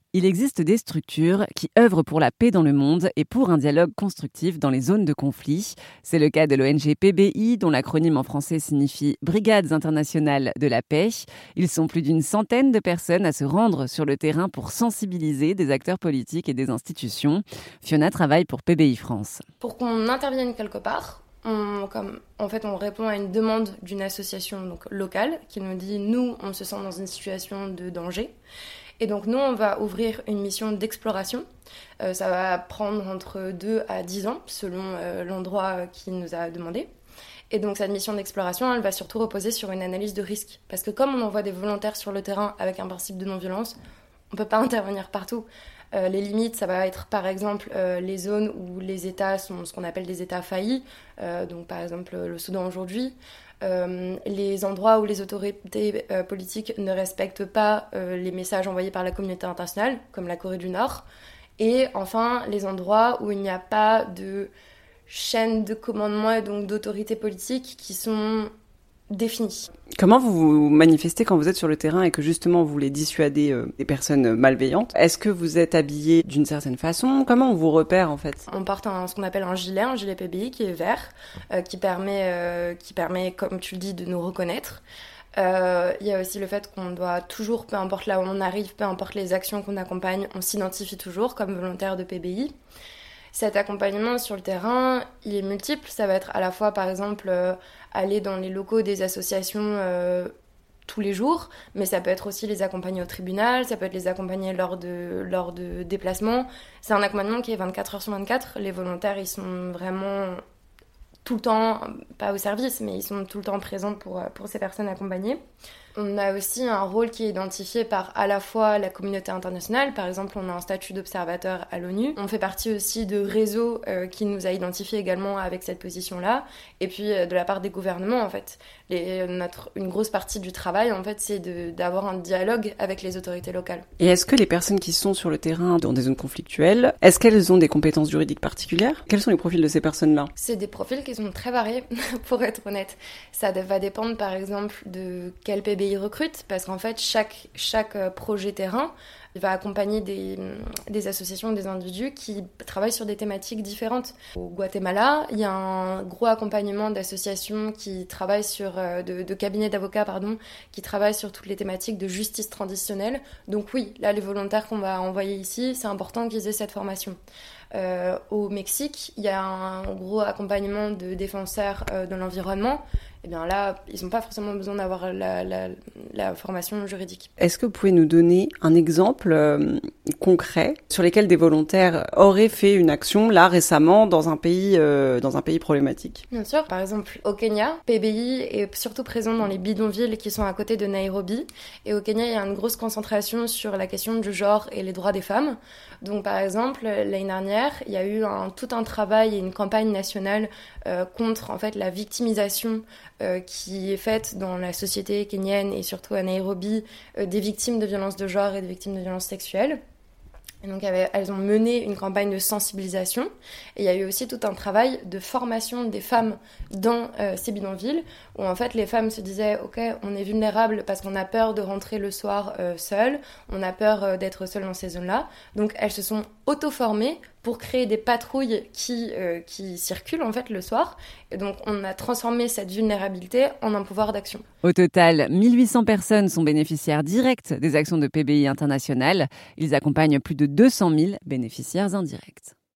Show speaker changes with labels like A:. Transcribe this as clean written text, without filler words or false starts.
A: Il existe des structures qui œuvrent pour la paix dans le monde et pour un dialogue constructif dans les zones de conflit. C'est le cas de l'ONG PBI, dont l'acronyme en français signifie Brigades internationales de la paix. Ils sont plus d'une centaine de personnes à se rendre sur le terrain pour sensibiliser des acteurs politiques et des institutions. Fiona travaille pour PBI France.
B: Pour qu'on intervienne quelque part, on répond à une demande d'une association locale qui nous dit « nous, on se sent dans une situation de danger ». Et donc nous, on va ouvrir une mission d'exploration. Ça va prendre entre 2 à 10 ans, selon l'endroit qui nous a demandé. Et donc cette mission d'exploration, elle va surtout reposer sur une analyse de risque. Parce que comme on envoie des volontaires sur le terrain avec un principe de non-violence, on ne peut pas intervenir partout. Les limites, ça va être par exemple les zones où les États sont ce qu'on appelle des États faillis, donc par exemple le Soudan aujourd'hui, les endroits où les autorités politiques ne respectent pas les messages envoyés par la communauté internationale, comme la Corée du Nord, et enfin les endroits où il n'y a pas de chaîne de commandement et donc d'autorités politiques qui sont définies.
A: Comment vous vous manifestez quand vous êtes sur le terrain et que justement vous voulez dissuader des personnes malveillantes? Est-ce que vous êtes habillé d'une certaine façon? Comment on vous repère en fait?
B: On porte ce qu'on appelle un gilet PBI qui est vert, qui permet, comme tu le dis, de nous reconnaître. Il y a aussi le fait qu'on doit toujours, peu importe là où on arrive, peu importe les actions qu'on accompagne, on s'identifie toujours comme volontaire de PBI. Cet accompagnement sur le terrain, il est multiple. Ça va être à la fois, par exemple, aller dans les locaux des associations tous les jours, mais ça peut être aussi les accompagner au tribunal, ça peut être les accompagner lors de déplacements. C'est un accompagnement qui est 24 heures sur 24. Les volontaires, ils sont vraiment tout le temps, pas au service, mais ils sont tout le temps présents pour ces personnes accompagnées. On a aussi un rôle qui est identifié par à la fois la communauté internationale. Par exemple, on a un statut d'observateur à l'ONU. On fait partie aussi de réseaux qui nous a identifiés également avec cette position-là. Et puis, de la part des gouvernements, en fait. Une grosse partie du travail, en fait, c'est d'avoir un dialogue avec les autorités locales.
A: Et est-ce que les personnes qui sont sur le terrain dans des zones conflictuelles, est-ce qu'elles ont des compétences juridiques particulières? Quels sont les profils de ces personnes-là?
B: C'est des profils qui sont très variés, pour être honnête. Ça va dépendre, par exemple, de quel PBI recrute, parce qu'en fait, chaque projet terrain va accompagner des associations, des individus qui travaillent sur des thématiques différentes. Au Guatemala, il y a un gros accompagnement d'associations qui travaillent de cabinets d'avocats, qui travaillent sur toutes les thématiques de justice transitionnelle. Donc oui, là, les volontaires qu'on va envoyer ici, c'est important qu'ils aient cette formation. Au Mexique, il y a un gros accompagnement de défenseurs de l'environnement. Et bien là, ils n'ont pas forcément besoin d'avoir la formation juridique.
A: Est-ce que vous pouvez nous donner un exemple concret sur lesquels des volontaires auraient fait une action là récemment dans un pays problématique?
B: Bien sûr. Par exemple, au Kenya, PBI est surtout présent dans les bidonvilles qui sont à côté de Nairobi. Et au Kenya, il y a une grosse concentration sur la question du genre et les droits des femmes. Donc par exemple, l'année dernière, il y a eu tout un travail et une campagne nationale contre en fait la victimisation qui est faite dans la société kenyenne et surtout à Nairobi des victimes de violences de genre et des victimes de violences sexuelles. Et donc elles ont mené une campagne de sensibilisation et il y a eu aussi tout un travail de formation des femmes dans ces bidonvilles où en fait les femmes se disaient ok, on est vulnérable parce qu'on a peur de rentrer le soir seule, on a peur d'être seule dans ces zones-là, donc elles se sont auto-formées pour créer des patrouilles qui circulent en fait le soir. Et donc on a transformé cette vulnérabilité en un pouvoir d'action.
A: Au total, 1800 personnes sont bénéficiaires directes des actions de PBI International. Ils accompagnent plus de 200 000 bénéficiaires indirects.